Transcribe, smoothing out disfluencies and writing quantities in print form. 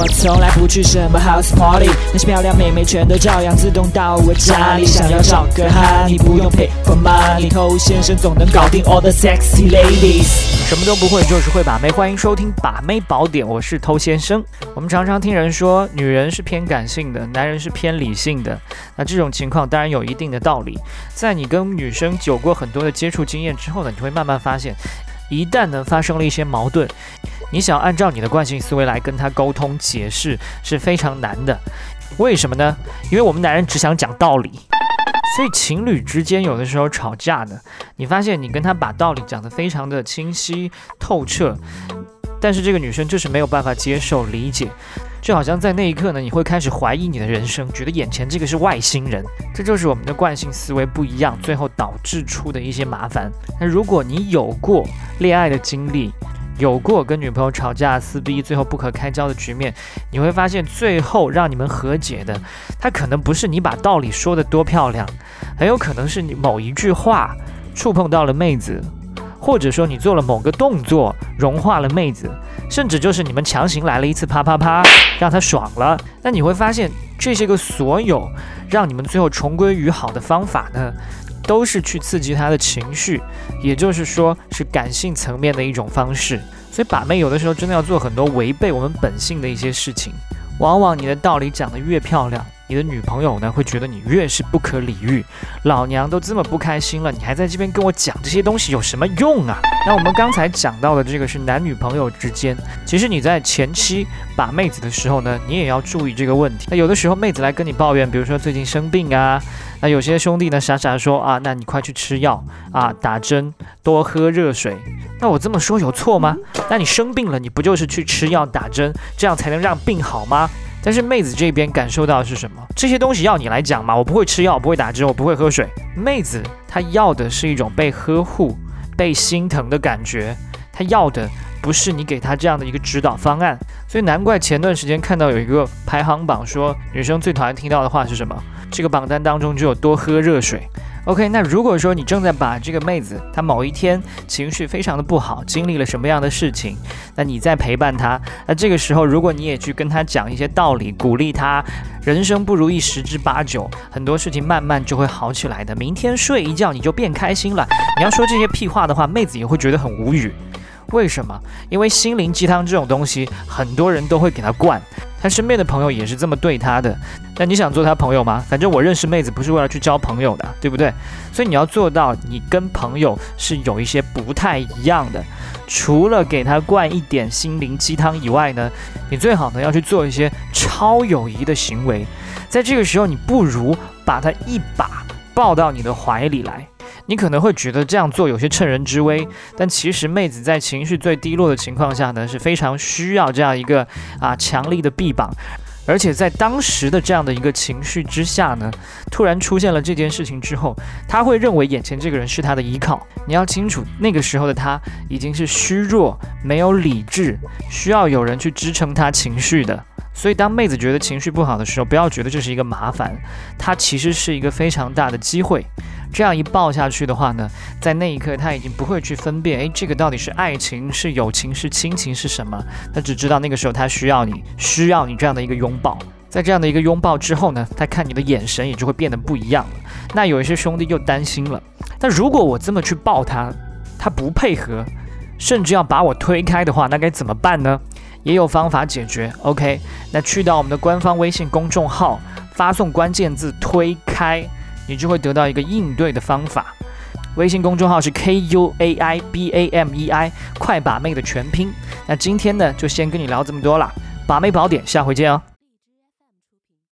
我从来不去什么 house party， 那些漂亮妹妹全都照样自动到我家里。想要找个哈，你不用 pay for money， 偷先生总能搞定 all the sexy ladies。 什么都不会，就是会把妹。欢迎收听把妹宝典，我是偷先生。我们常常听人说，女人是偏感性的，男人是偏理性的。那这种情况当然有一定的道理。在你跟女生有过很多的接触经验之后呢，你会慢慢发现，一旦呢发生了一些矛盾，你想按照你的惯性思维来跟她沟通解释是非常难的。为什么呢？因为我们男人只想讲道理。所以情侣之间有的时候吵架呢，你发现你跟他把道理讲得非常的清晰透彻，但是这个女生就是没有办法接受理解，就好像在那一刻呢，你会开始怀疑你的人生，觉得眼前这个是外星人。这就是我们的惯性思维不一样，最后导致出的一些麻烦。那如果你有过恋爱的经历，有过跟女朋友吵架撕逼最后不可开交的局面，你会发现最后让你们和解的，它可能不是你把道理说得多漂亮，很有可能是你某一句话触碰到了妹子，或者说你做了某个动作融化了妹子，甚至就是你们强行来了一次啪啪啪，让她爽了。那你会发现这些个所有让你们最后重归于好的方法呢，都是去刺激他的情绪，也就是说是感性层面的一种方式。所以把妹有的时候真的要做很多违背我们本性的一些事情。往往你的道理讲得越漂亮，你的女朋友呢会觉得你越是不可理喻。老娘都这么不开心了，你还在这边跟我讲这些东西有什么用啊？那我们刚才讲到的这个是男女朋友之间，其实你在前期把妹子的时候呢，你也要注意这个问题。那有的时候妹子来跟你抱怨，比如说最近生病啊，那有些兄弟呢傻傻说啊，那你快去吃药啊，打针，多喝热水。那我这么说有错吗？那你生病了，你不就是去吃药打针，这样才能让病好吗？但是妹子这边感受到的是什么？这些东西要你来讲嘛，我不会吃药，我不会打针，我不会喝水。妹子她要的是一种被呵护、被心疼的感觉，她要的不是你给她这样的一个指导方案。所以难怪前段时间看到有一个排行榜说，女生最讨厌听到的话是什么？这个榜单当中就有多喝热水。OK， 那如果说你正在把这个妹子她某一天情绪非常的不好，经历了什么样的事情，那你在陪伴她，那这个时候如果你也去跟她讲一些道理，鼓励她，人生不如意十之八九，很多事情慢慢就会好起来的。明天睡一觉你就变开心了。你要说这些屁话的话，妹子也会觉得很无语。为什么？因为心灵鸡汤这种东西，很多人都会给他灌，他身边的朋友也是这么对他的。那你想做他朋友吗？反正我认识妹子不是为了去交朋友的，对不对？所以你要做到，你跟朋友是有一些不太一样的。除了给他灌一点心灵鸡汤以外呢，你最好呢要去做一些超友谊的行为。在这个时候，你不如把他一把抱到你的怀里来。你可能会觉得这样做有些趁人之危，但其实妹子在情绪最低落的情况下呢，是非常需要这样一个强力的臂膀。而且在当时的这样的一个情绪之下呢，突然出现了这件事情之后，他会认为眼前这个人是他的依靠。你要清楚，那个时候的他已经是虚弱，没有理智，需要有人去支撑他情绪的。所以当妹子觉得情绪不好的时候，不要觉得这是一个麻烦，它其实是一个非常大的机会。这样一抱下去的话呢，在那一刻他已经不会去分辨，这个到底是爱情是友情是亲情是什么，他只知道那个时候他需要你这样的一个拥抱。在这样的一个拥抱之后呢，他看你的眼神也就会变得不一样了。那有一些兄弟又担心了，但如果我这么去抱他，他不配合，甚至要把我推开的话，那该怎么办呢？也有方法解决。 OK， 那去到我们的官方微信公众号，发送关键字推开，你就会得到一个应对的方法。微信公众号是 KUAIBAMEI， 快把妹的全拼。那今天呢就先跟你聊这么多啦，把妹宝典下回见哦。